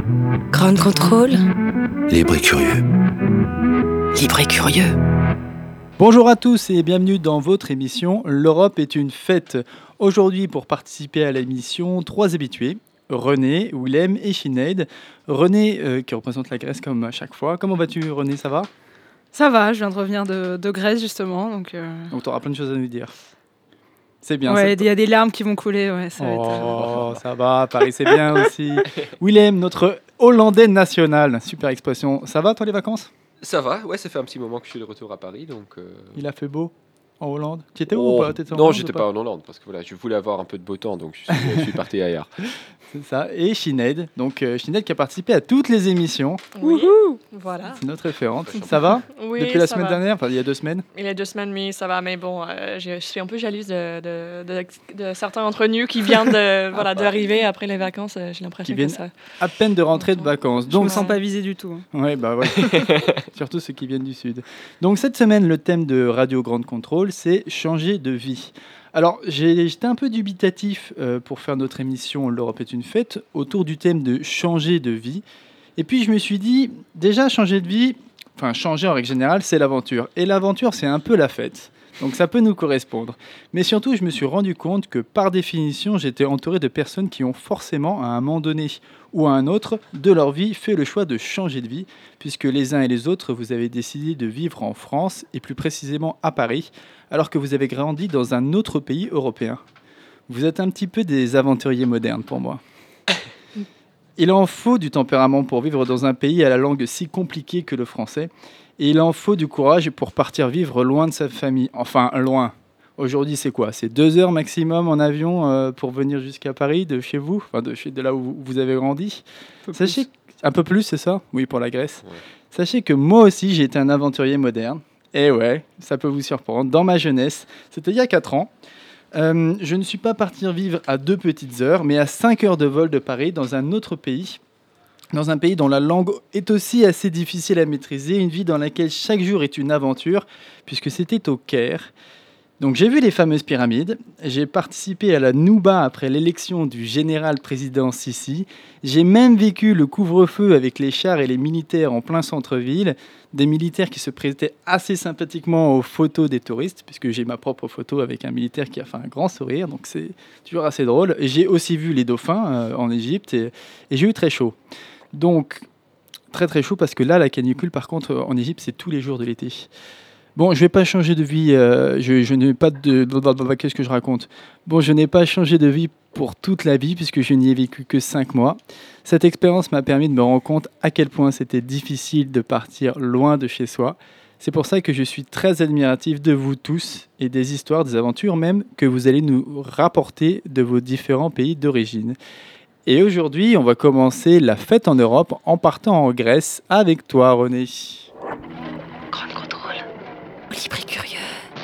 Grand contrôle. Libre et curieux. Libre et curieux. Bonjour à tous et bienvenue dans votre émission L'Europe est une fête. Aujourd'hui, pour participer à l'émission, 3 habitués, René, Willem et Sinead. René, qui représente la Grèce comme à chaque fois. Comment vas-tu, René, ça va ? Ça va, je viens de revenir de Grèce justement. Donc tu auras plein de choses à nous dire. C'est bien. Ouais, il y a des larmes qui vont couler. Ouais, ça va être... ça va, Paris c'est bien aussi. Willem, notre Hollandais national, super expression. Ça va toi les vacances ? Ça va, ouais, ça fait un petit moment que je suis de retour à Paris, donc... Il a fait beau en Hollande ? Tu étais où ou pas ? Non, j'étais pas en Hollande, parce que voilà, je voulais avoir un peu de beau temps, donc je suis parti ailleurs. C'est ça. Et Sinead, donc Sinead qui a participé à toutes les émissions. Oui, voilà. C'est notre référente. Ça va ? Oui, depuis la ça semaine va. dernière, enfin il y a 2 semaines. Il y a 2 semaines, mais ça va. Mais bon, je suis un peu jalouse de certains d'entre nous qui viennent d'arriver après les vacances. J'ai l'impression Qui que viennent ça... à peine de rentrer de vacances. Je Donc me sens pas visée du tout. ouais, bah ouais. Surtout ceux qui viennent du Sud. Donc cette semaine, le thème de Radio Grande Contrôle, c'est changer de vie. Alors, j'étais un peu dubitatif pour faire notre émission L'Europe est une fête autour du thème de changer de vie. Et puis je me suis dit, déjà changer de vie, enfin changer en règle générale, c'est l'aventure. Et l'aventure, c'est un peu la fête. Donc ça peut nous correspondre. Mais surtout, je me suis rendu compte que par définition, j'étais entouré de personnes qui ont forcément, à un moment donné ou à un autre de leur vie, fait le choix de changer de vie, puisque les uns et les autres, vous avez décidé de vivre en France, et plus précisément à Paris, alors que vous avez grandi dans un autre pays européen. Vous êtes un petit peu des aventuriers modernes pour moi. Il en faut du tempérament pour vivre dans un pays à la langue si compliquée que le français. Et il en faut du courage pour partir vivre loin de sa famille. Enfin, loin. Aujourd'hui, c'est quoi ? C'est 2 heures maximum en avion pour venir jusqu'à Paris, de chez vous, enfin de là où vous avez grandi. Sachez un peu plus, c'est ça ? Oui, pour la Grèce. Ouais. Sachez que moi aussi, j'ai été un aventurier moderne. Et ouais, ça peut vous surprendre. Dans ma jeunesse, c'était il y a 4 ans. Je ne suis pas parti vivre à 2 petites heures, mais à 5 heures de vol de Paris, dans un autre pays. Dans un pays dont la langue est aussi assez difficile à maîtriser, une vie dans laquelle chaque jour est une aventure, puisque c'était au Caire. Donc j'ai vu les fameuses pyramides, j'ai participé à la Nouba après l'élection du général président Sissi, j'ai même vécu le couvre-feu avec les chars et les militaires en plein centre-ville, des militaires qui se prêtaient assez sympathiquement aux photos des touristes, puisque j'ai ma propre photo avec un militaire qui a fait un grand sourire, donc c'est toujours assez drôle. Et j'ai aussi vu les dauphins en Égypte et j'ai eu très chaud. Donc, très très chaud parce que là, la canicule, par contre, en Égypte, c'est tous les jours de l'été. Bon, je ne vais pas changer de vie, je n'ai pas de... Qu'est-ce que je raconte ? Bon, je n'ai pas changé de vie pour toute la vie puisque je n'y ai vécu que 5 mois. Cette expérience m'a permis de me rendre compte à quel point c'était difficile de partir loin de chez soi. C'est pour ça que je suis très admiratif de vous tous et des histoires, des aventures même que vous allez nous rapporter de vos différents pays d'origine. Et aujourd'hui, on va commencer la fête en Europe en partant en Grèce avec toi, René. Grand contrôle. Libre et curieux.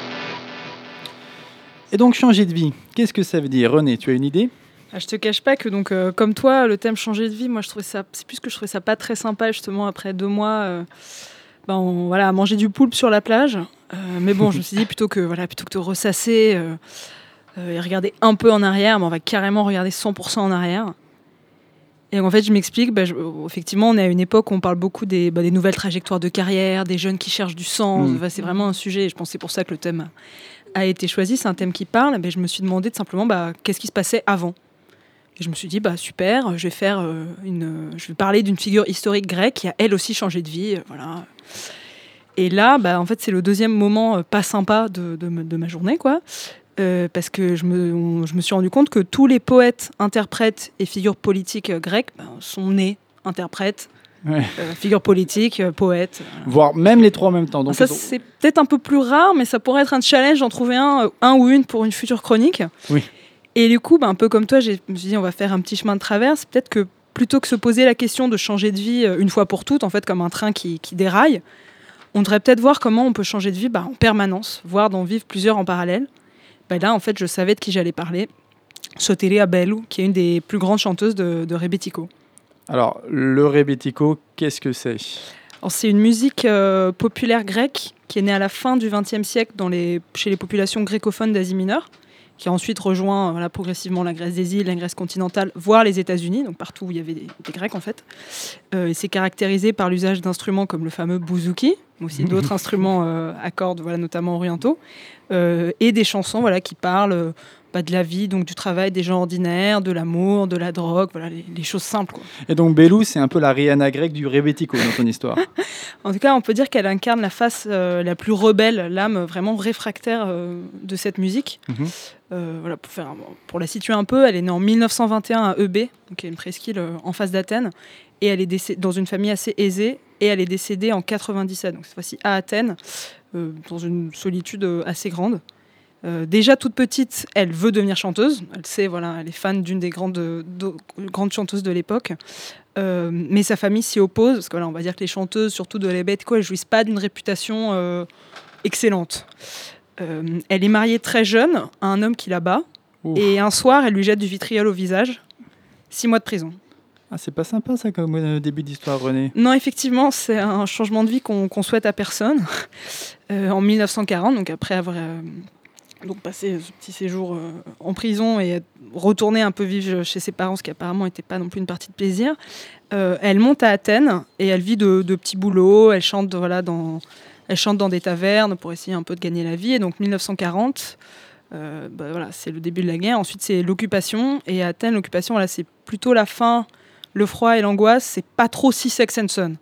Et donc, changer de vie, qu'est-ce que ça veut dire ? René, tu as une idée ? Je te cache pas que donc comme toi, le thème changer de vie, moi je trouvais ça pas très sympa justement après 2 mois. À manger du poulpe sur la plage. Mais bon, je me suis dit plutôt que de ressasser et regarder un peu en arrière, on va carrément regarder 100% en arrière. Et en fait, je m'explique, effectivement, on est à une époque où on parle beaucoup des nouvelles trajectoires de carrière, des jeunes qui cherchent du sens. C'est vraiment un sujet, et je pense que c'est pour ça que le thème a été choisi. C'est un thème qui parle. Je me suis demandé simplement qu'est-ce qui se passait avant. Et je me suis dit, super, je vais parler d'une figure historique grecque qui a elle aussi changé de vie. Voilà. Et là, en fait, c'est le deuxième moment pas sympa de ma journée, quoi. Parce que je me suis rendu compte que tous les poètes, interprètes et figures politiques grecques sont nés interprètes, figures politiques, poètes. Voire même les 3 en même temps. Donc ça, c'est peut-être un peu plus rare, mais ça pourrait être un challenge d'en trouver un ou une pour une future chronique. Oui. Et du coup, un peu comme toi, je me suis dit, on va faire un petit chemin de traverse. Peut-être que plutôt que se poser la question de changer de vie une fois pour toutes, en fait, comme un train qui déraille, on devrait peut-être voir comment on peut changer de vie en permanence, voire d'en vivre plusieurs en parallèle. Là, en fait, je savais de qui j'allais parler. Sotile Abelou, qui est une des plus grandes chanteuses de rebetiko. Alors, le rebetiko, qu'est-ce que c'est ? Alors, c'est une musique populaire grecque qui est née à la fin du XXe siècle chez les populations grécophones d'Asie mineure qui a ensuite rejoint progressivement la Grèce des îles, la Grèce continentale, voire les États-Unis, donc partout où il y avait des Grecs en fait. Et c'est caractérisé par l'usage d'instruments comme le fameux bouzouki, mais aussi d'autres instruments à cordes, notamment orientaux, et des chansons qui parlent de la vie, donc du travail des gens ordinaires, de l'amour, de la drogue, les choses simples, quoi. Et donc Bélou, c'est un peu la Rihanna grecque du rebetiko dans ton histoire. En tout cas, on peut dire qu'elle incarne la face la plus rebelle, l'âme vraiment réfractaire de cette musique. Pour la situer un peu, elle est née en 1921 à Eubée, donc il y a une presqu'île en face d'Athènes, et elle est dans une famille assez aisée, et elle est décédée en 97, donc cette fois-ci à Athènes, dans une solitude assez grande. Déjà toute petite, elle veut devenir chanteuse. Elle sait, elle est fan d'une des grandes chanteuses de l'époque. Mais sa famille s'y oppose, parce que on va dire que les chanteuses, surtout de l'Ebetiko, elles jouissent pas d'une réputation excellente. Elle est mariée très jeune à un homme qui la bat. Ouf. Et un soir, elle lui jette du vitriol au visage. 6 mois de prison. Ah, c'est pas sympa ça comme début d'histoire, René. Non, effectivement, c'est un changement de vie qu'on souhaite à personne. En 1940, donc après avoir passer ce petit séjour en prison et retourner un peu vivre chez ses parents, ce qui apparemment n'était pas non plus une partie de plaisir. Elle monte à Athènes et elle vit de petits boulots. Elle chante dans des tavernes pour essayer un peu de gagner la vie. Et donc 1940, c'est le début de la guerre. Ensuite, c'est l'occupation. Et à Athènes, l'occupation, c'est plutôt la faim, le froid et l'angoisse. C'est pas trop si sex and son.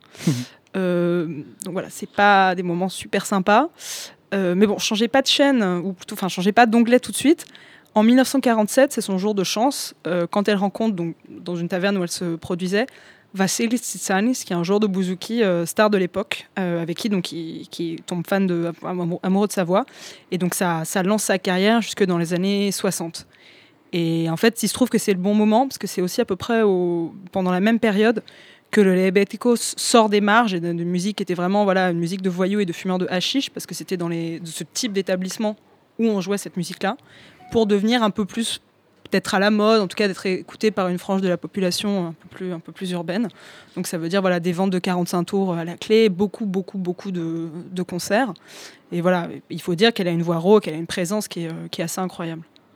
C'est pas des moments super sympas. Mais bon, changez pas de chaîne, ou plutôt, changez pas d'onglet tout de suite. En 1947, c'est son jour de chance, quand elle rencontre, donc, dans une taverne où elle se produisait, Vassilis Tsitsanis, qui est un joueur de bouzouki, star de l'époque, avec qui tombe amoureux de sa voix. Et donc ça lance sa carrière jusque dans les années 60. Et en fait, il se trouve que c'est le bon moment, parce que c'est aussi à peu près pendant la même période que le Lebetiko sort des marges et de musique qui était vraiment une musique de voyous et de fumeurs de hashish, parce que c'était dans ce type d'établissement où on jouait cette musique-là, pour devenir un peu plus, peut-être à la mode, en tout cas d'être écouté par une frange de la population un peu plus urbaine. Donc ça veut dire des ventes de 45 tours à la clé, beaucoup de concerts. Et il faut dire qu'elle a une voix rauque, qu'elle a une présence qui est assez incroyable.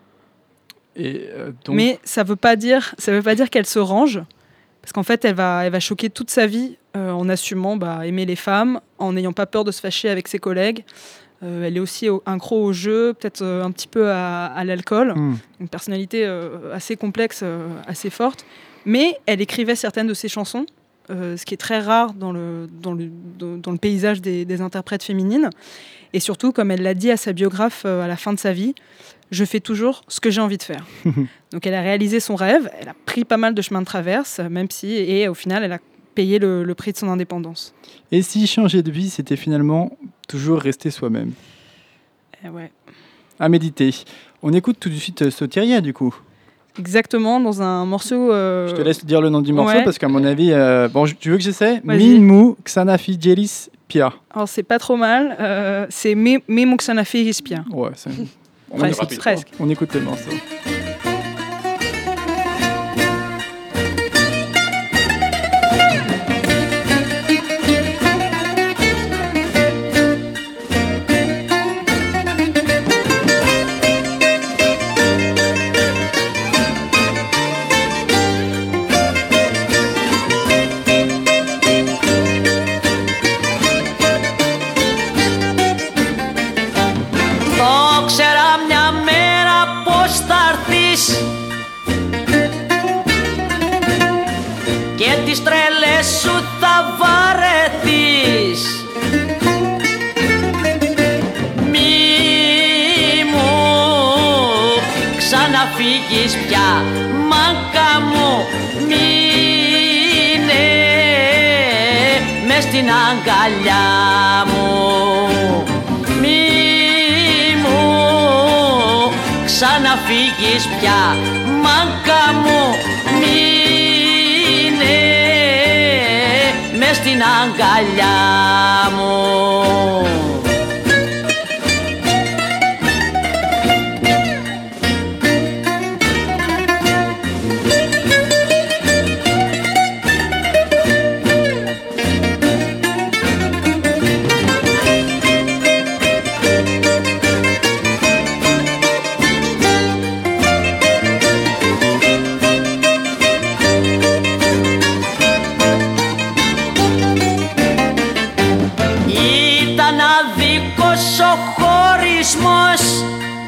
Et Mais ça veut pas dire qu'elle se range. Parce qu'en fait, elle va choquer toute sa vie en assumant aimer les femmes, en n'ayant pas peur de se fâcher avec ses collègues. Elle est aussi accro au jeu, peut-être un petit peu à l'alcool. Une personnalité assez complexe, assez forte. Mais elle écrivait certaines de ses chansons, ce qui est très rare dans le paysage des interprètes féminines. Et surtout, comme elle l'a dit à sa biographe à la fin de sa vie, je fais toujours ce que j'ai envie de faire. Donc elle a réalisé son rêve, elle a pris pas mal de chemins de traverse, et au final, elle a payé le prix de son indépendance. Et si changer de vie, c'était finalement toujours rester soi-même? Ouais. À méditer. On écoute tout de suite Sotiria, du coup. Exactement, dans un morceau... Je te laisse dire le nom du morceau, ouais. Parce qu'à mon avis... tu veux que j'essaie? Vas-y. Minmu Xanafigelis Pia. Alors, c'est pas trop mal. C'est Memu Xanafigelis Pia. Ouais, c'est... Presque. On écoute le morceau. Φύγεις πια, μάκα μου, μείνε μες στην αγκαλιά μου. Μη μου ξαναφύγεις πια, μάκα μου, μείνε μες στην αγκαλιά μου. αυτός ο χωρισμός.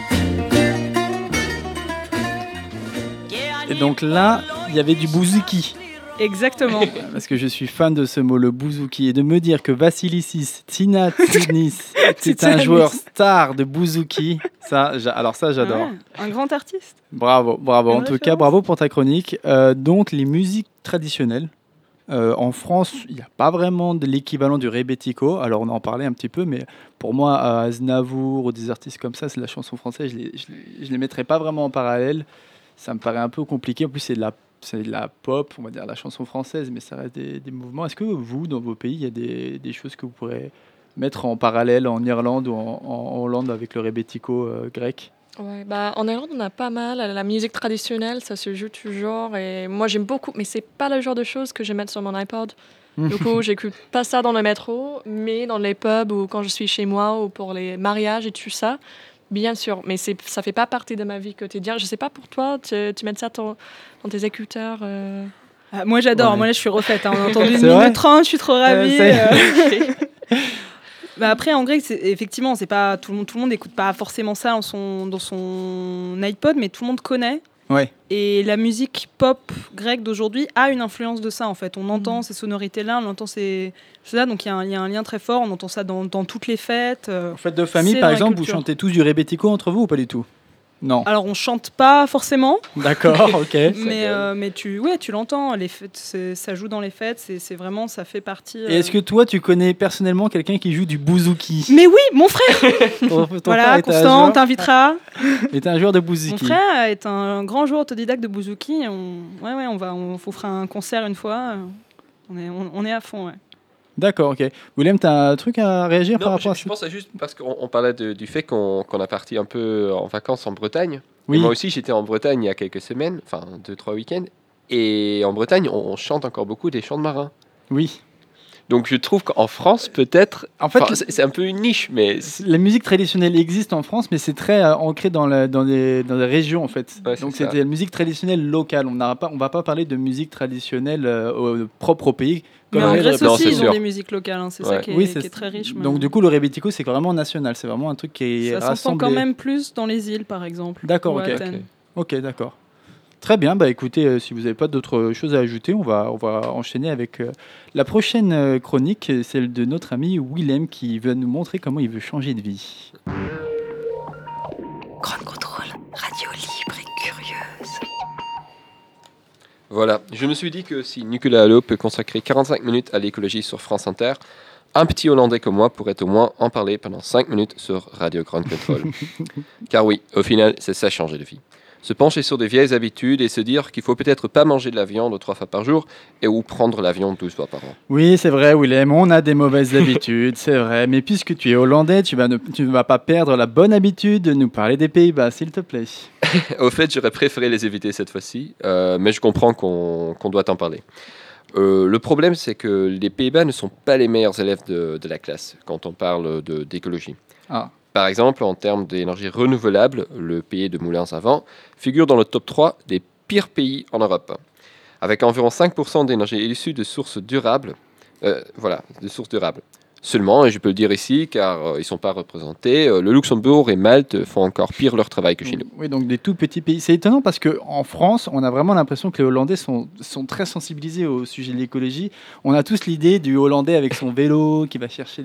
Et donc là, il y avait du bouzouki. Exactement. Parce que je suis fan de ce mot, le bouzouki. Et de me dire que Vassilissis Tsinatsinis c'est un joueur star de bouzouki, alors ça, j'adore. Ouais, un grand artiste. Bravo. Une En tout cas, référence. bravo pour ta chronique. Donc, les musiques traditionnelles. En France, il n'y a pas vraiment de l'équivalent du rebetiko. Alors, on en parlait un petit peu, mais pour moi, Aznavour ou des artistes comme ça, c'est de la chanson française. Je les mettrais pas vraiment en parallèle. Ça me paraît un peu compliqué. En plus, c'est de la pop, on va dire la chanson française, mais ça reste des mouvements. Est-ce que vous, dans vos pays, il y a des choses que vous pourrez mettre en parallèle en Irlande ou en Hollande avec le rebetiko grec? Ouais, bah, en Irlande, on a pas mal. La musique traditionnelle, ça se joue toujours. Et moi, j'aime beaucoup, mais c'est pas le genre de choses que je mets sur mon iPod. Du coup, j'écoute pas ça dans le métro, mais dans les pubs ou quand je suis chez moi ou pour les mariages et tout ça, bien sûr. Mais ça fait pas partie de ma vie quotidienne. Je sais pas pour toi, tu mets ça dans tes écouteurs. Ah, moi j'adore, Ouais. moi là je suis refaite. Hein. On a entendu une C'est vrai minute 30, je suis trop ravie. c'est- Bah après en grec, effectivement, c'est pas tout le monde n'écoute pas forcément ça dans son iPod, mais tout le monde connaît. Ouais. Et la musique pop grecque d'aujourd'hui a une influence de ça en fait. On entend ces sonorités-là, on entend ces choses-là, donc il y a un lien très fort. On entend ça dans toutes les fêtes. En fête de famille, C'est par dans la exemple, vous culture. chantez tous du rebetiko entre vous ou pas du tout? Non. Alors on chante pas forcément, D'accord, ok. mais tu l'entends. Les fêtes, ça joue dans les fêtes. C'est vraiment, ça fait partie. Et est-ce que toi, tu connais personnellement quelqu'un qui joue du bouzouki? Mais oui, mon frère. Ton frère Voilà, est un Constant, on joueur- t'invitera. est un joueur de Mon bouzouki. frère est un grand joueur autodidacte de bouzouki. On fera un concert une fois. On est à fond. Ouais. D'accord, ok. Willem, t'as un truc à réagir par Non, rapport à je ça? pense à juste parce qu'on parlait du fait qu'on a parti un peu en vacances en Bretagne. Oui. Et moi aussi, j'étais en Bretagne il y a quelques semaines, enfin 2-3 week-ends. Et en Bretagne, on chante encore beaucoup des chants de marins. Oui. Donc je trouve qu'en France, peut-être, En fait, enfin, c'est un peu une niche, mais la musique traditionnelle existe en France, mais c'est très ancré dans les régions, en fait. Ouais, c'est Donc, ça. c'était la musique traditionnelle locale. On va pas parler de musique traditionnelle propre au pays. Mais comme en le Grèce non, aussi, c'est ils ont sûr. des musiques locales. Hein, c'est Ouais. ça qui est, Oui, qui est très riche. Donc, du coup, le rebetiko, c'est vraiment national. C'est vraiment un truc qui est ça s'entend rassemblé. quand même plus dans les îles, par exemple. D'accord, ou à ok. Athènes. Ok, d'accord. Très bien, bah écoutez, si vous n'avez pas d'autres choses à ajouter, on va enchaîner avec la prochaine chronique, celle de notre ami Willem qui va nous montrer comment il veut changer de vie. Grand contrôle, radio libre et curieuse. voilà. Je me suis dit que si Nicolas Hulot peut consacrer 45 minutes à l'écologie sur France Inter, un petit Hollandais comme moi pourrait au moins en parler pendant 5 minutes sur Radio Grand Control. Car oui, au final, c'est ça changer de vie. Se pencher sur des vieilles habitudes et se dire qu'il faut peut-être pas manger de la viande 3 fois par jour et ou prendre l'avion 12 fois par an. Oui, c'est vrai, Willem, on a des mauvaises habitudes, c'est vrai, mais puisque tu es hollandais, tu ne vas pas perdre la bonne habitude de nous parler des Pays-Bas, s'il te plaît. Au fait, j'aurais préféré les éviter cette fois-ci, mais je comprends qu'on doit en parler. Le problème, c'est que les Pays-Bas ne sont pas les meilleurs élèves de la classe quand on parle d'écologie. Ah. Par exemple, en termes d'énergie renouvelable, le pays de Moulins à Vent figure dans le top 3 des pires pays en Europe. Avec environ 5% d'énergie issue de sources durables. De sources durables. Seulement, et je peux le dire ici, car ils ne sont pas représentés, le Luxembourg et Malte font encore pire leur travail que chez nous. Oui, donc des tout petits pays. C'est étonnant parce qu'en France, on a vraiment l'impression que les Hollandais sont très sensibilisés au sujet de l'écologie. On a tous l'idée du Hollandais avec son vélo qui va chercher...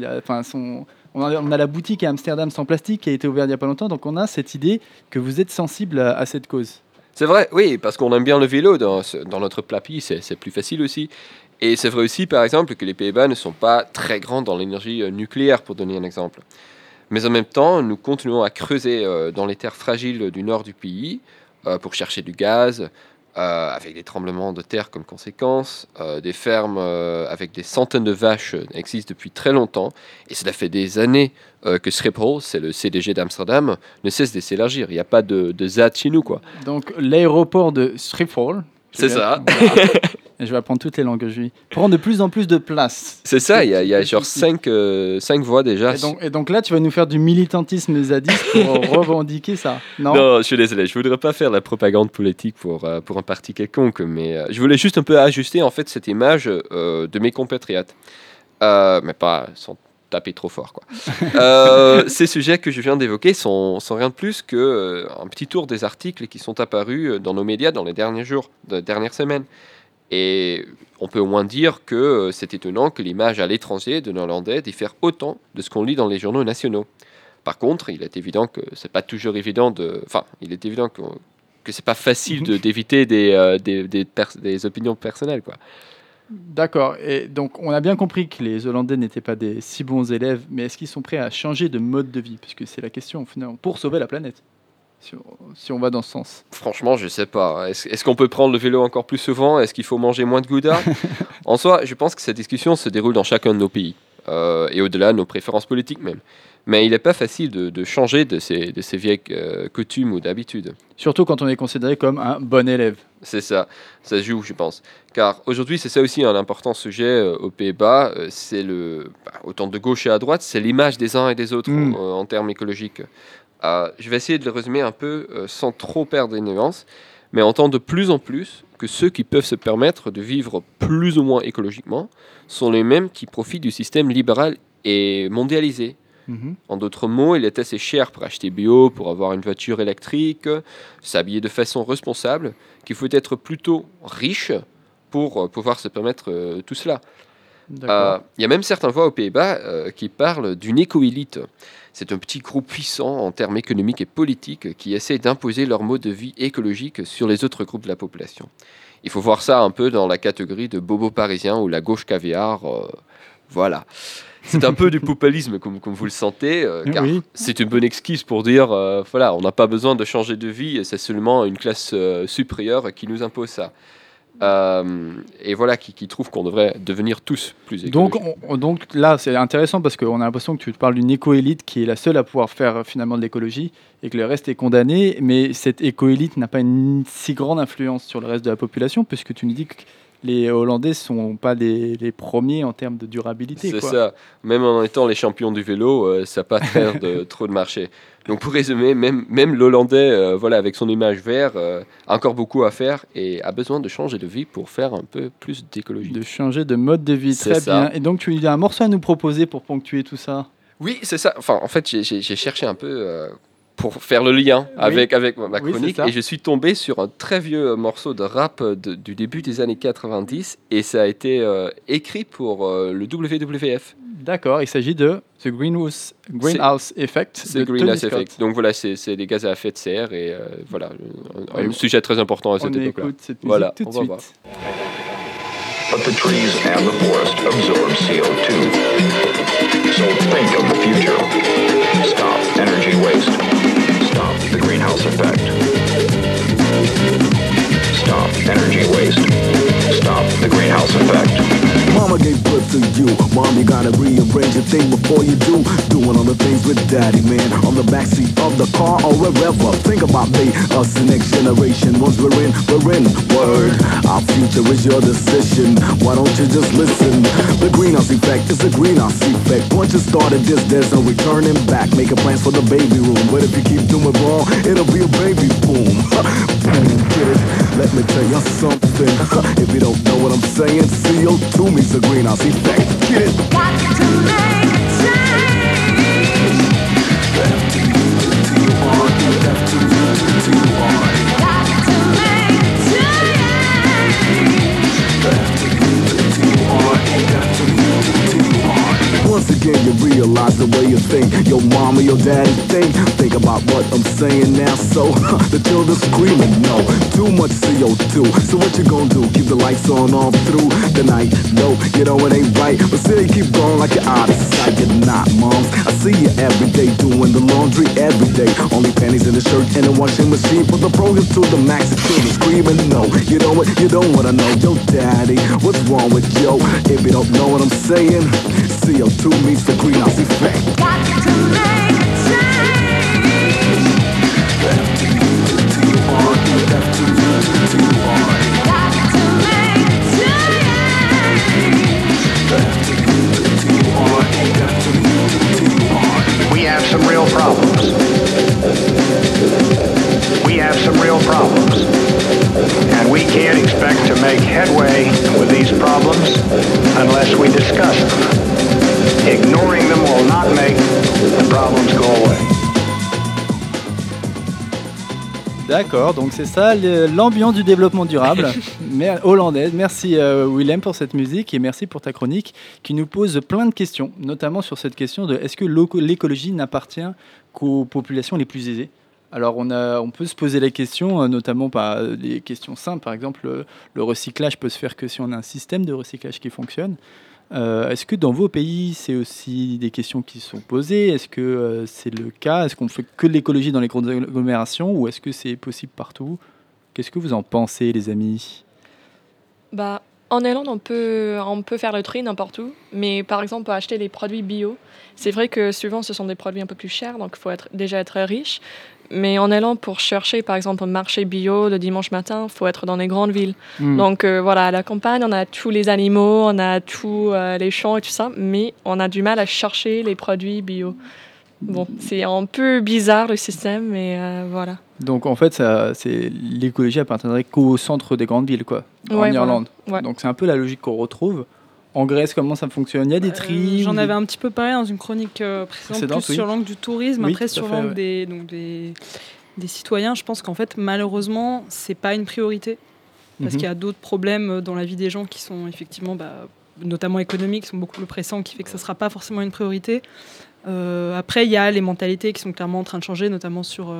On a la boutique à Amsterdam sans plastique qui a été ouverte il n'y a pas longtemps, donc on a cette idée que vous êtes sensible à cette cause. C'est vrai, oui, parce qu'on aime bien le vélo dans notre plat pays, c'est plus facile aussi. Et c'est vrai aussi, par exemple, que les Pays-Bas ne sont pas très grands dans l'énergie nucléaire, pour donner un exemple. Mais en même temps, nous continuons à creuser dans les terres fragiles du nord du pays pour chercher du gaz, avec des tremblements de terre comme conséquence. Des fermes avec des centaines de vaches existent depuis très longtemps. Et cela fait des années que Schiphol, c'est le CDG d'Amsterdam, ne cesse de s'élargir. Il n'y a pas de ZAD chez nous, quoi. Donc l'aéroport de Schiphol... C'est ça. Voilà. Et je vais apprendre toutes les langues que je vis. Prend de plus en plus de place. C'est ça, il y a genre 5 voix déjà. Et donc là, tu vas nous faire du militantisme zadiste pour revendiquer ça. Non, Non, je suis désolé, je voudrais pas faire la propagande politique pour un parti quelconque, mais je voulais juste un peu ajuster en fait cette image de mes compatriotes. Mais pas taper trop fort, quoi. Ces sujets que je viens d'évoquer sont rien de plus qu'un petit tour des articles qui sont apparus dans nos médias dans les derniers jours, dernières semaines. Et on peut au moins dire que c'est étonnant que l'image à l'étranger de Néerlandais diffère autant de ce qu'on lit dans les journaux nationaux. Par contre, il est évident que c'est pas toujours évident il est évident que c'est pas facile d'éviter des opinions personnelles, quoi. D'accord. Et donc, on a bien compris que les Hollandais n'étaient pas des si bons élèves, mais est-ce qu'ils sont prêts à changer de mode de vie ? Puisque c'est la question, finalement, pour sauver la planète, si on va dans ce sens. Franchement, je sais pas. Est-ce qu'on peut prendre le vélo encore plus souvent ? Est-ce qu'il faut manger moins de gouda ? En soi, je pense que cette discussion se déroule dans chacun de nos pays, et au-delà de nos préférences politiques même. Mais il n'est pas facile de changer de ces vieilles coutumes ou d'habitudes. Surtout quand on est considéré comme un bon élève. C'est ça se joue, je pense. Car aujourd'hui, c'est ça aussi un important sujet aux Pays-Bas. C'est autant de gauche et à droite, c'est l'image des uns et des autres en termes écologiques. Je vais essayer de le résumer un peu sans trop perdre les nuances, mais on entend de plus en plus que ceux qui peuvent se permettre de vivre plus ou moins écologiquement sont les mêmes qui profitent du système libéral et mondialisé. En d'autres mots, il est assez cher pour acheter bio, pour avoir une voiture électrique, s'habiller de façon responsable, qu'il faut être plutôt riche pour pouvoir se permettre tout cela. Il y a même certaines voix aux Pays-Bas qui parlent d'une éco-élite. C'est un petit groupe puissant en termes économiques et politiques qui essaie d'imposer leur mode de vie écologique sur les autres groupes de la population. Il faut voir ça un peu dans la catégorie de bobo parisien ou la gauche caviar. Voilà. C'est un peu du populisme, comme vous le sentez, car c'est une bonne excuse pour dire, voilà, on n'a pas besoin de changer de vie, c'est seulement une classe supérieure qui nous impose ça. Et voilà, qui trouve qu'on devrait devenir tous plus écologiques. Donc là, c'est intéressant parce qu'on a l'impression que tu parles d'une éco-élite qui est la seule à pouvoir faire finalement de l'écologie et que le reste est condamné, mais cette éco-élite n'a pas une si grande influence sur le reste de la population puisque tu nous dis que les Hollandais ne sont pas les premiers en termes de durabilité. C'est ça. Même en étant les champions du vélo, ça n'a pas trop de marché. Donc pour résumer, même l'Hollandais, voilà, avec son image verte, a encore beaucoup à faire et a besoin de changer de vie pour faire un peu plus d'écologie. De changer de mode de vie, très bien. Et donc tu as un morceau à nous proposer pour ponctuer tout ça ? Oui, c'est ça. Enfin, en fait, j'ai cherché un peu... pour faire le lien avec ma chronique, et je suis tombé sur un très vieux morceau de rap du début des années 90, et ça a été écrit pour le WWF. D'accord, il s'agit de The Greenhouse Effect. C'est le Greenhouse Effect. Donc voilà, c'est les gaz à effet de serre, et voilà, un sujet très important à cette époque-là. On écoute cette musique voilà, tout de suite. Voir. But the trees and the forest absorb CO2. So think of the future. Stop energy waste. Stop the greenhouse effect. Stop energy waste. Stop the greenhouse effect. Mama gave birth to you. Mom, you gotta rearrange your thing before you do. Doing all the things with daddy, man. On the backseat of the car or wherever. Think about me, us the next generation. Once we're in. Word. Our future is your decision. Why don't you just listen? The greenhouse effect is the greenhouse effect. Once you started this, there's no returning back. Making plans for the baby room. But if you keep doing wrong, it'll be a baby boom. Boom, get it? Let me tell you something. If you don't know what I'm saying, CO2 means the greenhouse effect. Get it? Got to make a change. Left to you on, left to you on. Got to make a change. Left to you on, left to you on. Once again, you realize the way you think. Your mama, your daddy think. Think about what I'm saying now. So the children screaming, no, too much CO2. So what you gonna do? Keep the lights on all through the night? No, you know it ain't right. But still you keep going like you're out of sight. You're not, moms. I see you every day doing the laundry every day. Only panties in the shirt and the washing machine. Put the program to the max. The children screaming, no, you know what? You don't wanna know. Yo, daddy, what's wrong with yo? If you don't know what I'm saying, CO2 means the greenhouse effect. Got to make a change. Left to you on, left to you on. Got to make a change. Left to you on, left to you on. We have some real problems. We have some real problems. And we can't expect to make headway with these problems unless we discuss them. Ignoring them D'accord, donc c'est ça l'ambiance du développement durable hollandaise. Merci Willem pour cette musique et merci pour ta chronique qui nous pose plein de questions, notamment sur cette question de est-ce que l'écologie n'appartient qu'aux populations les plus aisées ? Alors on peut se poser la question, notamment par des questions simples, par exemple le recyclage peut se faire que si on a un système de recyclage qui fonctionne. Est-ce que dans vos pays, c'est aussi des questions qui sont posées ? Est-ce que c'est le cas ? Est-ce qu'on fait que de l'écologie dans les grandes agglomérations ou est-ce que c'est possible partout ? Qu'est-ce que vous en pensez, les amis ? Bah, en Irlande, on peut faire le tri n'importe où, mais par exemple, pour acheter des produits bio, c'est vrai que souvent, ce sont des produits un peu plus chers, donc il faut déjà être riche. Mais en Irlande, pour chercher, par exemple, un marché bio le dimanche matin, il faut être dans les grandes villes. Donc voilà, à la campagne, on a tous les animaux, on a tous les champs et tout ça, mais on a du mal à chercher les produits bio. Bon, c'est un peu bizarre le système, mais voilà. Donc en fait, l'écologie appartiendrait qu'au centre des grandes villes, quoi, en Irlande. Voilà. Ouais. Donc c'est un peu la logique qu'on retrouve. En Grèce, comment ça fonctionne ? Il y a des tris J'en avais un petit peu parlé dans une chronique précédente, plus sur l'angle du tourisme, Oui, après sur l'angle des citoyens. Je pense qu'en fait, malheureusement, c'est pas une priorité, parce qu'il y a d'autres problèmes dans la vie des gens qui sont effectivement, notamment économiques, qui sont beaucoup plus pressants, qui fait que ça sera pas forcément une priorité. Après, il y a les mentalités qui sont clairement en train de changer, notamment sur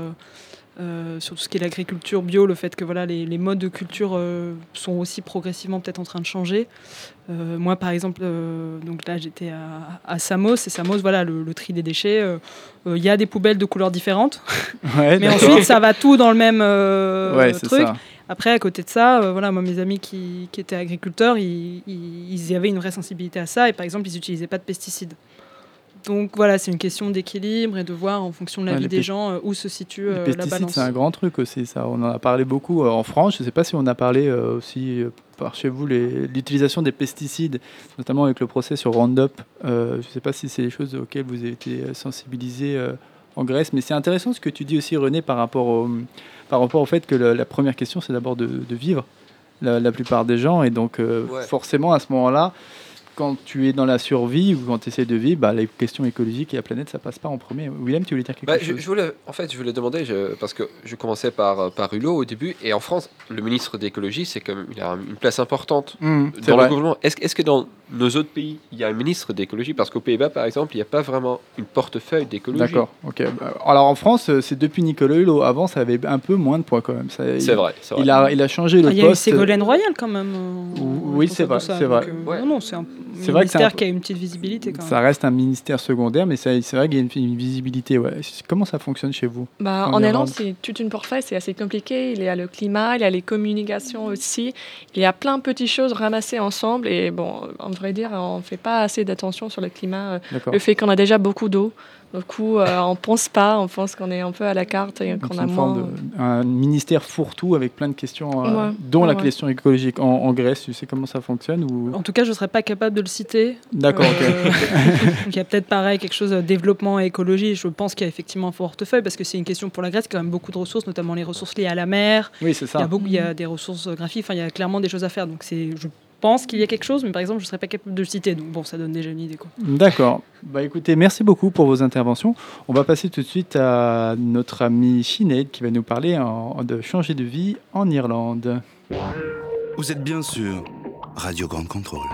tout ce qui est l'agriculture bio, le fait que voilà, les modes de culture sont aussi progressivement peut-être en train de changer. Moi, par exemple, donc là, j'étais à Samos, et Samos, voilà, le tri des déchets, il y a des poubelles de couleurs différentes, mais ensuite, ça va tout dans le même truc. Ça. Après, à côté de ça, voilà, moi, mes amis qui étaient agriculteurs, ils avaient une vraie sensibilité à ça, et par exemple, ils n'utilisaient pas de pesticides. Donc voilà, c'est une question d'équilibre et de voir en fonction de la vie des gens où se situe la balance. Les pesticides, c'est un grand truc aussi, ça. On en a parlé beaucoup en France. Je ne sais pas si on a parlé aussi par chez vous l'utilisation des pesticides, notamment avec le procès sur Roundup. Je ne sais pas si c'est des choses auxquelles vous avez été sensibilisés en Grèce, mais c'est intéressant ce que tu dis aussi, René, par rapport au fait que la première question, c'est d'abord de vivre la plupart des gens. Et donc forcément, à ce moment-là, quand tu es dans la survie ou quand tu essaies de vivre, les questions écologiques et la planète, ça passe pas en premier. Willem, tu voulais dire quelque chose ? Je voulais demander, parce que je commençais par Hulot au début, et en France, le ministre d'écologie, il a une place importante dans le gouvernement. Est-ce que dans nos autres pays, il y a un ministre d'écologie ? Parce qu'aux Pays-Bas, par exemple, il n'y a pas vraiment une portefeuille d'écologie. D'accord, ok. Alors en France, c'est depuis Nicolas Hulot. Avant, ça avait un peu moins de poids quand même. C'est vrai. Il a changé le poste. Il y a eu Ségolène Royal quand même. Oui, c'est vrai. Non, c'est un ministère qui a une petite visibilité quand même. Ça reste un ministère secondaire, mais c'est vrai qu'il y a une visibilité. Ouais. Comment ça fonctionne chez vous ? En Irlande, c'est toute une portefeuille, c'est assez compliqué. Il y a le climat, il y a les communications aussi. Il y a plein de petites choses ramassées ensemble. Et bon, en vrai dire, on ne fait pas assez d'attention sur le climat. Le fait qu'on a déjà beaucoup d'eau. Du coup, on pense pas, on pense qu'on est un peu à la carte et qu'on a moins... un ministère fourre-tout avec plein de questions, dont la question écologique. En Grèce, tu sais comment ça fonctionne ou... En tout cas, je ne serais pas capable de le citer. D'accord, ok. Il y a peut-être pareil, quelque chose de développement et écologie. Je pense qu'il y a effectivement un portefeuille parce que c'est une question pour la Grèce, il y a quand même beaucoup de ressources, notamment les ressources liées à la mer. Oui, c'est ça. Il y a des ressources graphiques, il y a clairement des choses à faire. Donc je pense qu'il y a quelque chose, mais par exemple, je ne serais pas capable de le citer. Donc bon, ça donne déjà une idée, quoi. D'accord. Écoutez, merci beaucoup pour vos interventions. On va passer tout de suite à notre ami Sinead qui va nous parler de changer de vie en Irlande. Vous êtes bien sûr Radio Grande Contrôle.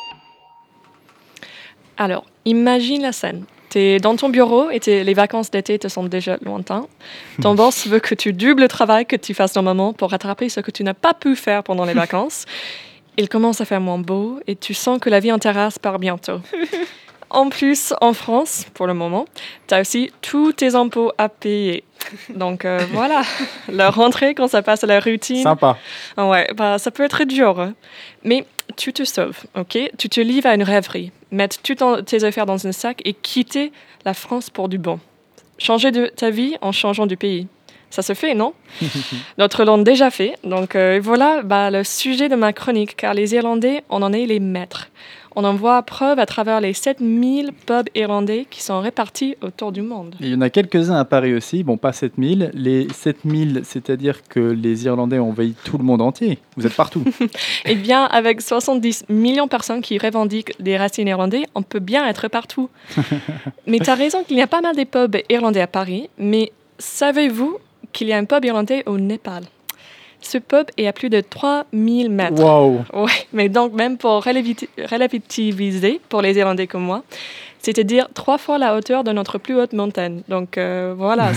Alors, imagine la scène. Tu es dans ton bureau et les vacances d'été te semblent déjà lointains. Ton boss veut que tu doubles le travail que tu fasses normalement pour rattraper ce que tu n'as pas pu faire pendant les vacances. Il commence à faire moins beau et tu sens que la vie en terrasse part bientôt. En plus, en France, pour le moment, tu as aussi tous tes impôts à payer. Donc voilà, la rentrée quand ça passe à la routine. Sympa. Ouais, ça peut être dur. Hein. Mais tu te sauves, ok ? Tu te livres à une rêverie. Mettre toutes tes affaires dans un sac et quitter la France pour du bon. Changer de ta vie en changeant du pays. Ça se fait, non ? D'autres l'ont déjà fait. Donc voilà le sujet de ma chronique, car les Irlandais, on en est les maîtres. On en voit preuve à travers les 7000 pubs irlandais qui sont répartis autour du monde. Et il y en a quelques-uns à Paris aussi, bon pas 7000. Les 7000, c'est-à-dire que les Irlandais ont envahi tout le monde entier. Vous êtes partout. Eh bien, avec 70 millions de personnes qui revendiquent des racines irlandaises, on peut bien être partout. Mais tu as raison qu'il y a pas mal de pubs irlandais à Paris, mais savez-vous qu'il y a un pub irlandais au Népal. Ce pub est à plus de 3000 mètres. Waouh. Ouais, mais donc même pour relativiser pour les Irlandais comme moi, c'est-à-dire 3 fois la hauteur de notre plus haute montagne. Donc voilà,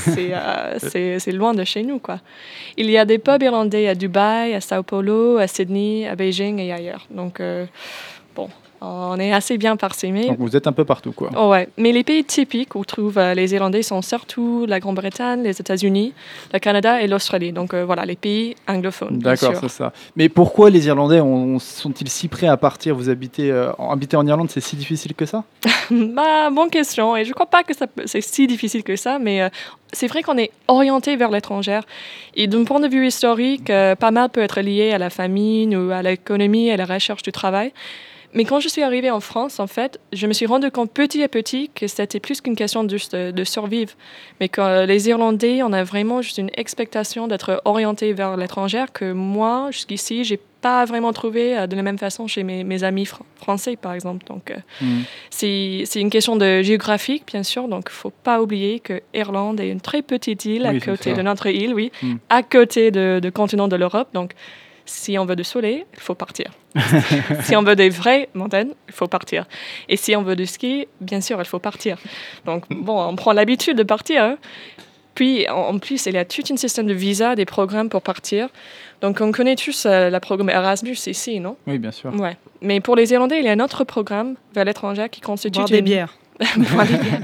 c'est loin de chez nous, quoi. Il y a des pubs irlandais à Dubaï, à Sao Paulo, à Sydney, à Beijing et ailleurs. Donc bon, on est assez bien parsemés. Donc vous êtes un peu partout, quoi. Oh ouais, mais les pays typiques où trouvent les Irlandais sont surtout la Grande-Bretagne, les États-Unis, le Canada et l'Australie. Donc voilà, les pays anglophones. bien D'accord, sûr. c'est ça. Mais pourquoi les Irlandais sont-ils si prêts à partir? Vous habitez en Irlande, c'est si difficile que ça? Bah, bonne question. Et je crois pas que c'est si difficile que ça, mais c'est vrai qu'on est orienté vers l'étranger. Et d'un point de vue historique, pas mal peut être lié à la famine ou à l'économie et à la recherche du travail. Mais quand je suis arrivée en France, en fait, je me suis rendu compte petit à petit que c'était plus qu'une question juste de survivre. Mais que les Irlandais, on a vraiment juste une expectation d'être orientés vers l'étranger que moi, jusqu'ici, j'ai pas vraiment trouvé de la même façon chez mes amis français, par exemple. Donc, c'est une question de géographique, bien sûr. Donc, il faut pas oublier que Irlande est une très petite île à Oui, c'est côté ça. de notre île, oui, à côté du continent de l'Europe. Donc, si on veut du soleil, il faut partir. Si on veut des vraies montagnes, il faut partir. Et si on veut du ski, bien sûr, il faut partir. Donc, bon, on prend l'habitude de partir. Hein. Puis, en plus, il y a tout un système de visa, des programmes pour partir. Donc, on connaît tous le programme Erasmus ici, non? Oui, bien sûr. Ouais. Mais pour les Irlandais, il y a un autre programme vers l'étranger qui constitue... Boire des bières. Boire des bières.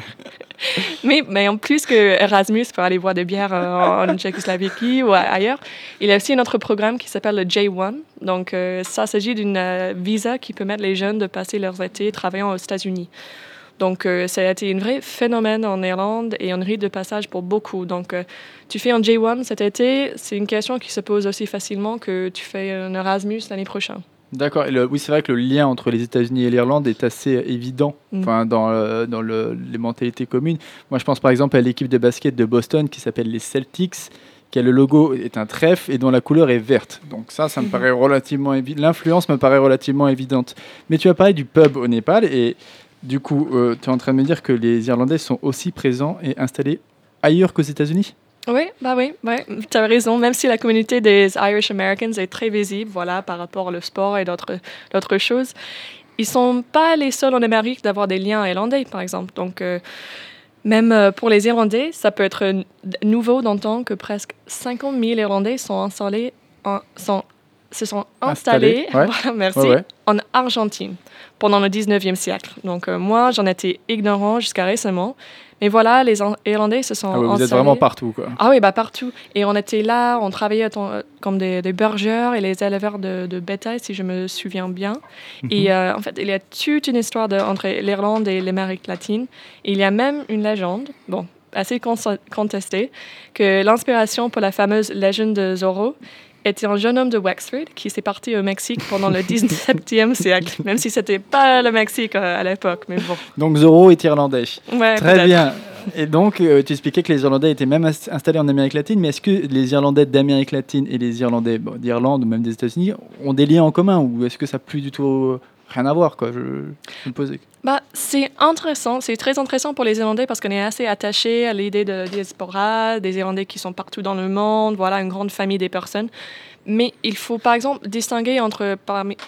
Mais en plus que Erasmus pour aller boire des bières en Tchécoslovaquie ou ailleurs, il y a aussi un autre programme qui s'appelle le J1. Donc, ça s'agit d'une visa qui permet les jeunes de passer leurs étés travaillant aux États-Unis. Donc, ça a été un vrai phénomène en Irlande et un rite de passage pour beaucoup. Donc, tu fais un J1 cet été, c'est une question qui se pose aussi facilement que tu fais un Erasmus l'année prochaine. D'accord. Et oui, c'est vrai que le lien entre les États-Unis et l'Irlande est assez évident dans les mentalités communes. Moi, je pense par exemple à l'équipe de basket de Boston qui s'appelle les Celtics, qui a le logo est un trèfle et dont la couleur est verte. Donc ça me paraît relativement évident. L'influence me paraît relativement évidente. Mais tu as parlé du pub au Népal et du coup, tu es en train de me dire que les Irlandais sont aussi présents et installés ailleurs qu'aux États-Unis? Oui, tu as raison. Même si la communauté des Irish Americans est très visible, voilà, par rapport au sport et d'autres choses, ils sont pas les seuls en Amérique d'avoir des liens irlandais, par exemple. Donc, même pour les Irlandais, ça peut être nouveau d'entendre que presque 50 000 Irlandais se sont installés ouais. voilà, merci, Ouais. en Argentine pendant le 19e siècle. Donc, moi, j'en étais ignorant jusqu'à récemment. Mais voilà, les Irlandais se sont installés. Vous êtes vraiment partout, quoi. Ah oui, partout. Et on était là, on travaillait comme des bergeurs et les éleveurs de bétail, si je me souviens bien. Et en fait, il y a toute une histoire entre l'Irlande et l'Amérique latine. Et il y a même une légende, assez contestée, que l'inspiration pour la fameuse légende de Zorro était un jeune homme de Wexford qui s'est parti au Mexique pendant le 17e siècle, même si c'était pas le Mexique à l'époque, mais bon. Donc Zorro est irlandais. Ouais, Très peut-être. bien. Et donc, tu expliquais que les Irlandais étaient même installés en Amérique latine, mais est-ce que les Irlandais d'Amérique latine et les Irlandais d'Irlande ou même des États-Unis ont des liens en commun ou est-ce que ça n'a plus du tout rien à voir, quoi? Je me posais. C'est intéressant, c'est très intéressant pour les Irlandais parce qu'on est assez attaché à l'idée de diaspora, des Irlandais qui sont partout dans le monde, voilà, une grande famille des personnes. Mais il faut par exemple distinguer entre,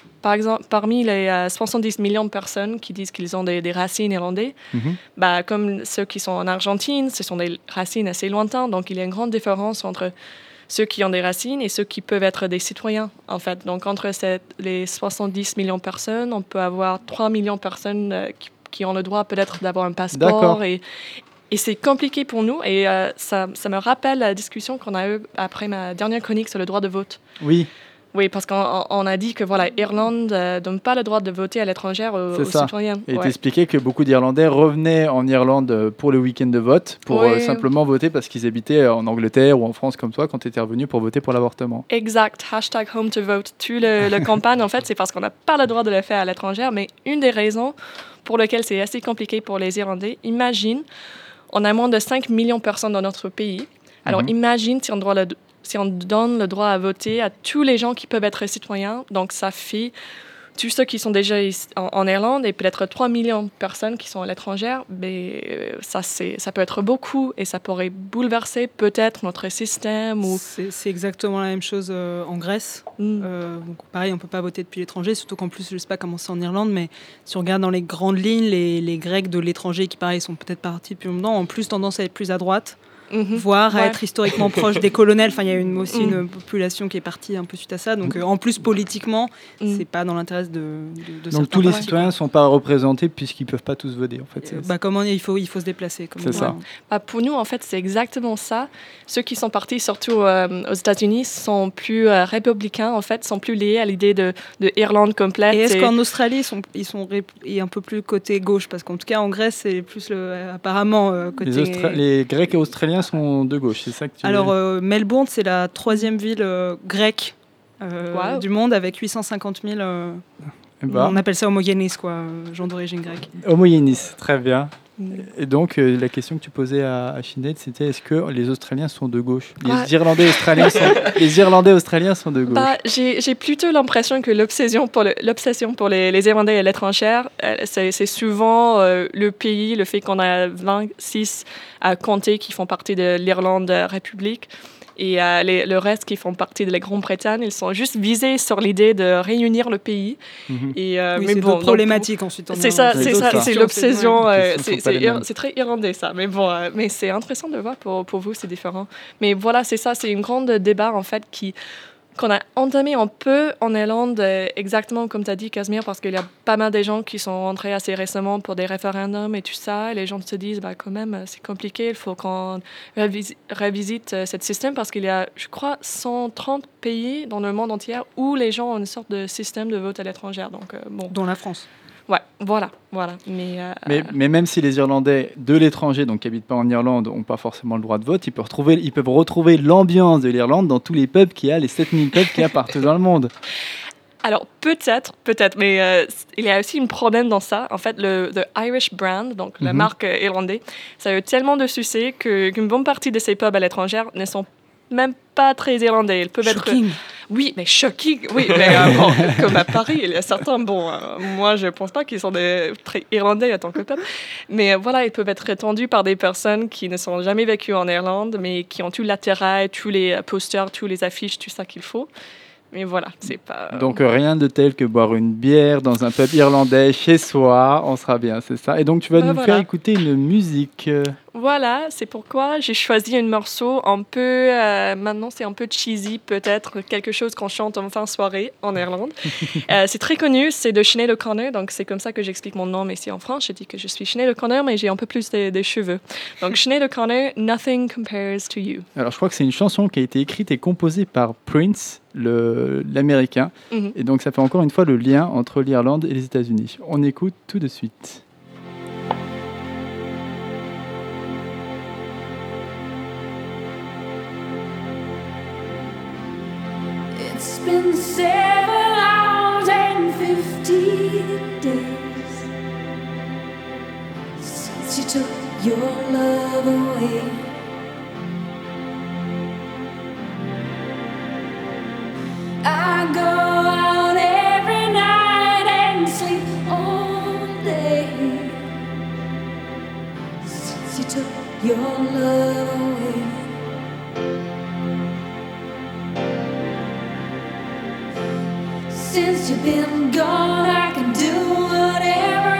parmi les 70 millions de personnes qui disent qu'ils ont des racines irlandaises, comme ceux qui sont en Argentine, ce sont des racines assez lointaines, donc il y a une grande différence entre ceux qui ont des racines et ceux qui peuvent être des citoyens, en fait. Donc, entre les 70 millions de personnes, on peut avoir 3 millions de personnes qui ont le droit peut-être d'avoir un passeport. Et c'est compliqué pour nous. Et ça me rappelle la discussion qu'on a eue après ma dernière chronique sur le droit de vote. Oui. Oui, parce qu'on a dit que voilà, Irlande ne donne pas le droit de voter à l'étranger aux citoyens. Et t'expliquais que beaucoup d'Irlandais revenaient en Irlande pour le week-end de vote, pour simplement voter parce qu'ils habitaient en Angleterre ou en France comme toi quand tu étais revenu pour voter pour l'avortement. Exact. #home to vote. Tout le campagne, en fait, c'est parce qu'on n'a pas le droit de le faire à l'étranger. Mais une des raisons pour lesquelles c'est assez compliqué pour les Irlandais, imagine, on a moins de 5 millions de personnes dans notre pays. Alors imagine si on donne le droit à voter à tous les gens qui peuvent être citoyens, donc ça fait tous ceux qui sont déjà en Irlande et peut-être 3 millions de personnes qui sont à l'étranger, ça peut être beaucoup et ça pourrait bouleverser peut-être notre système. C'est exactement la même chose en Grèce. Donc pareil, on ne peut pas voter depuis l'étranger, surtout qu'en plus, je ne sais pas comment c'est en Irlande, mais si on regarde dans les grandes lignes, les Grecs de l'étranger qui, pareil, sont peut-être partis depuis longtemps, ont plus tendance à être plus à droite. Voire à être historiquement proche des colonels. Enfin, il y a aussi une population qui est partie un peu suite à ça. Donc, en plus, politiquement, c'est pas dans l'intérêt de donc, tous les citoyens ne sont pas représentés puisqu'ils ne peuvent pas tous voter. En fait, comment il faut se déplacer. C'est ça. Pour nous, en fait, c'est exactement ça. Ceux qui sont partis, surtout aux États-Unis, sont plus républicains, en fait, sont plus liés à l'idée de Irlande complète. Et est-ce qu'en Australie, ils sont un peu plus côté gauche? Parce qu'en tout cas, en Grèce, c'est plus apparemment côté... Les Grecs et Australiens sont de gauche, c'est ça que tu veux dire? Melbourne, c'est la 3e ville grecque du monde avec 850 000. On appelle ça homogénéis, gens d'origine grecque. Homogénéis, très bien. Et donc, la question que tu posais à Sinead, c'était est-ce que les Australiens sont de gauche? Les Irlandais australiens sont de gauche. J'ai plutôt l'impression que l'obsession pour les Irlandais et l'étranger, c'est souvent le pays, le fait qu'on a 26 comtés qui font partie de l'Irlande République. Et le reste qui font partie de la Grande-Bretagne, ils sont juste visés sur l'idée de réunir le pays. Et, mais c'est problématique ensuite. C'est ça, c'est l'obsession. C'est très irlandais ça. Mais bon, mais c'est intéressant de voir pour vous, c'est différent. Mais voilà, c'est ça, c'est une grande débat en fait qu'on a entamé un peu en Irlande, exactement comme tu as dit, Casimir, parce qu'il y a pas mal de gens qui sont rentrés assez récemment pour des référendums et tout ça. Et les gens se disent, quand même, c'est compliqué, il faut qu'on révisite ce système parce qu'il y a, je crois, 130 pays dans le monde entier où les gens ont une sorte de système de vote à l'étranger. Donc, dont la France. Ouais, voilà. Mais même si les Irlandais de l'étranger, donc qui n'habitent pas en Irlande, n'ont pas forcément le droit de vote, ils peuvent retrouver l'ambiance de l'Irlande dans tous les pubs qu'il y a, les 7000 pubs qu'il y a partout dans le monde. Alors peut-être, mais il y a aussi un problème dans ça. En fait, le Irish brand, donc la marque irlandaise, ça a eu tellement de succès qu'une bonne partie de ces pubs à l'étranger ne sont même pas très irlandais. Ils peuvent shocking. Oui, mais shocking. Oui, mais comme à Paris, il y a certains. Moi, je pense pas qu'ils sont très irlandais en tant que peuple. Mais voilà, ils peuvent être étendus par des personnes qui ne sont jamais vécues en Irlande, mais qui ont tout l'attirail, tous les posters, tous les affiches, tout ça qu'il faut. Mais voilà, c'est pas... Donc rien de tel que boire une bière dans un pub irlandais chez soi, on sera bien, c'est ça. Et donc tu vas nous faire écouter une musique. Voilà, c'est pourquoi j'ai choisi un morceau un peu... maintenant, c'est un peu cheesy, peut-être, quelque chose qu'on chante en fin de soirée en Irlande. C'est très connu, c'est de Sinead O'Connor, donc c'est comme ça que j'explique mon nom ici en France. Je dis que je suis Sinead O'Connor, mais j'ai un peu plus de cheveux. Donc Sinead O'Connor, Nothing Compares to You. Alors je crois que c'est une chanson qui a été écrite et composée par Prince, l'américain. Et donc ça fait encore une fois le lien entre l'Irlande et les États-Unis. On écoute tout de suite. It's been 7 hours and 50 days since you took your love away. I go out every night and sleep all day since you took your love away. Since you've been gone, I can do whatever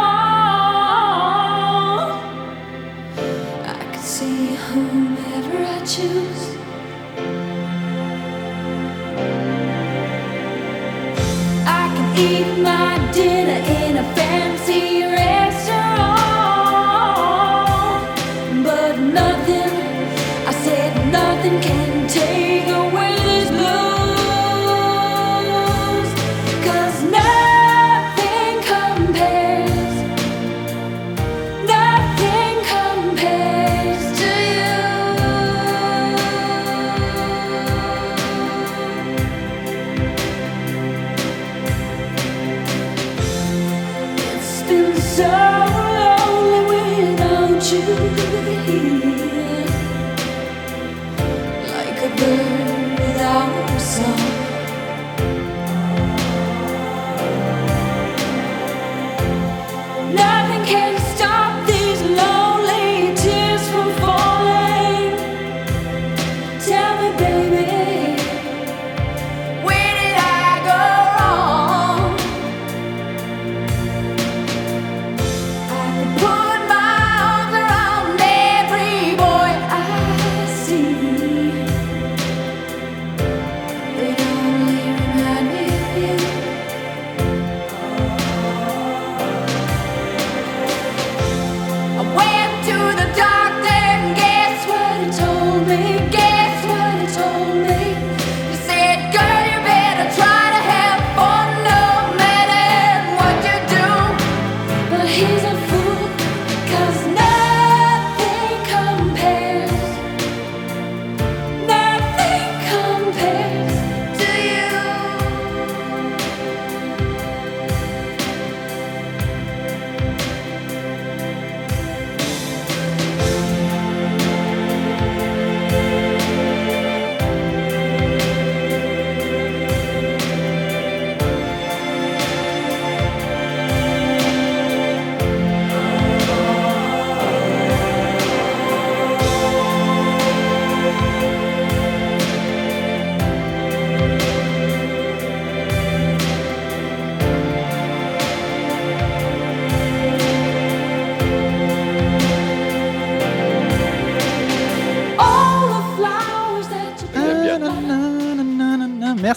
I want. I can see whomever I choose. I can eat my dinner in a fancy restaurant, but nothing, I said nothing can take away this blues. So lonely without you here, like a bird without a song.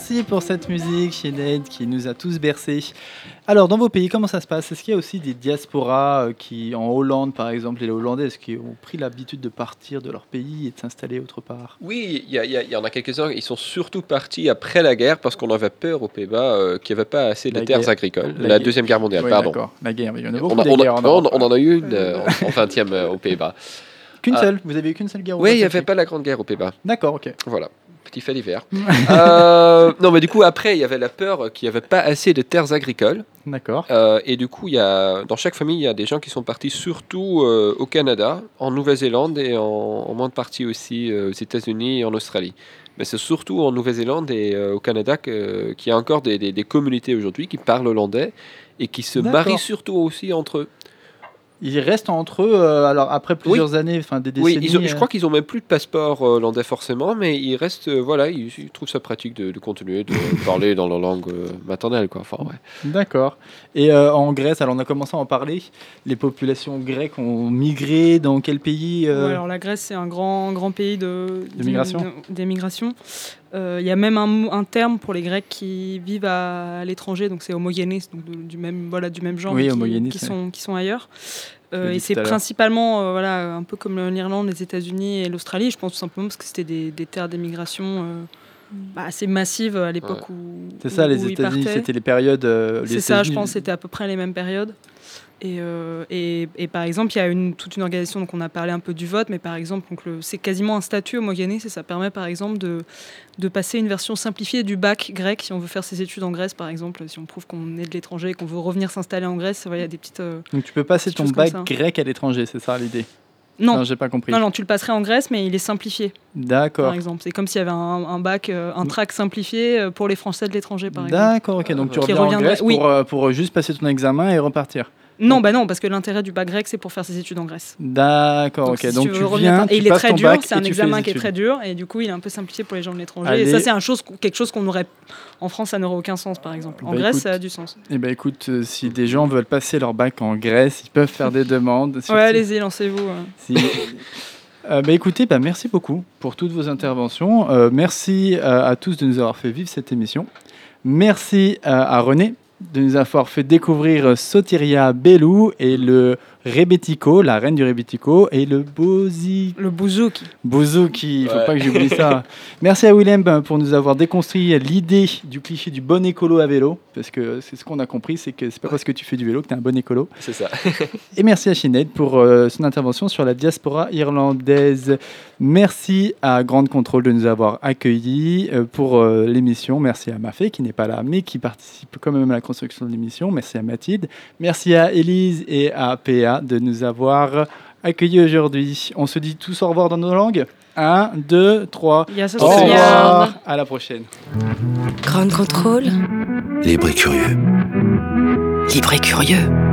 Merci pour cette musique, Sinead, qui nous a tous bercés. Alors, dans vos pays, comment ça se passe? Est-ce qu'il y a aussi des diasporas qui, en Hollande par exemple, les Hollandais, est-ce qu'ils ont pris l'habitude de partir de leur pays et de s'installer autre part? Oui, il y en a quelques-uns. Ils sont surtout partis après la guerre parce qu'on avait peur aux Pays-Bas qu'il n'y avait pas assez de La terres guerre. agricoles. La La guerre. Deuxième Guerre mondiale, Oui, pardon. d'accord. La guerre, il y en a On, beaucoup a- de on a- guerres en non, Europe. on en a eu une en 20e aux Pays-Bas. Qu'une Ah. seule? Vous avez eu qu'une seule guerre au Oui, il n'y avait Pacifique? pas la Grande Guerre aux Pays-Bas. D'accord, ok. Voilà, petit fait divers. Non, mais du coup, après, il y avait la peur qu'il n'y avait pas assez de terres agricoles. D'accord. Et du coup, dans chaque famille, il y a des gens qui sont partis surtout au Canada, en Nouvelle-Zélande et en moindre partie aussi aux États-Unis et en Australie. Mais c'est surtout en Nouvelle-Zélande et au Canada qu'il y a encore des communautés aujourd'hui qui parlent hollandais et qui se D'accord. marient surtout aussi entre eux. Ils restent entre eux, alors après plusieurs années, enfin des Oui, décennies. je crois qu'ils ont même plus de passeport hollandais forcément, mais ils restent, voilà, ils trouvent ça pratique de continuer de parler dans leur langue maternelle, quoi. Enfin, ouais. D'accord. Et en Grèce, alors on a commencé à en parler, les populations grecques ont migré dans quel pays Ouais, alors la Grèce, c'est un grand pays migration. d'émigration. Il y a même un terme pour les Grecs qui vivent à l'étranger, donc c'est homogénés, donc du même genre, Oui, mais homogénés, qui sont ailleurs. l'ai dit Et c'est tout à l'heure. principalement voilà, un peu comme l'Irlande, les États-Unis et l'Australie, je pense tout simplement parce que c'était des terres d'émigration assez massives à l'époque où C'est ça, les où ils États-Unis, partaient. c'était les périodes. C'est ça, je pense, c'était à peu près les mêmes périodes. Et par exemple, il y a toute une organisation, donc on a parlé un peu du vote, mais par exemple, c'est quasiment un statut homogéné, ça permet par exemple de passer une version simplifiée du bac grec, si on veut faire ses études en Grèce par exemple, si on prouve qu'on est de l'étranger et qu'on veut revenir s'installer en Grèce, il y a des petites... Donc tu peux passer ton choses comme bac ça. grec à l'étranger, c'est ça l'idée? Non, j'ai pas compris. non, tu le passerais en Grèce, mais il est simplifié, D'accord. par exemple. C'est comme s'il y avait un bac, un track simplifié pour les Français de l'étranger, par exemple. D'accord, ok. Donc tu Qui reviens en reviendrait- Grèce oui. pour juste passer ton examen et repartir. Non, non, parce que l'intérêt du bac grec, c'est pour faire ses études en Grèce. D'accord, Donc, ok. si Donc veux tu revenir viens, et tu il est passes très ton dur, bac c'est et un tu fais examen les qui est études. très dur, et du coup, il est un peu simplifié pour les gens de l'étranger. Allez. Et ça, c'est quelque chose qu'on aurait... En France, ça n'aurait aucun sens, par exemple. En Bah, Grèce, écoute, ça a du sens. Eh ben écoute, si des gens veulent passer leur bac en Grèce, ils peuvent faire des demandes. Ouais, allez-y, lancez-vous. Si- écoutez, merci beaucoup pour toutes vos interventions. Merci à tous de nous avoir fait vivre cette émission. Merci à René de nous avoir fait découvrir Sotiria Bellou et le Rebetiko, la reine du Rebetiko, et le Le bouzouki. Bouzouki, il ne faut Ouais. pas que j'oublie ça. Merci à Willem pour nous avoir déconstruit l'idée du cliché du bon écolo à vélo, parce que c'est ce qu'on a compris, c'est que c'est pas parce que tu fais du vélo que tu es un bon écolo. C'est ça. Et merci à Sinead pour son intervention sur la diaspora irlandaise. Merci à Grande Contrôle de nous avoir accueillis pour l'émission. Merci à Mafé qui n'est pas là, mais qui participe quand même à la construction de l'émission. Merci à Mathilde. Merci à Élise et à PA de nous avoir accueillis aujourd'hui. On se dit tous au revoir dans nos langues. 1, 2, 3. Yes, Au revoir. À la prochaine. Grand contrôle, Libre et curieux. libre et curieux.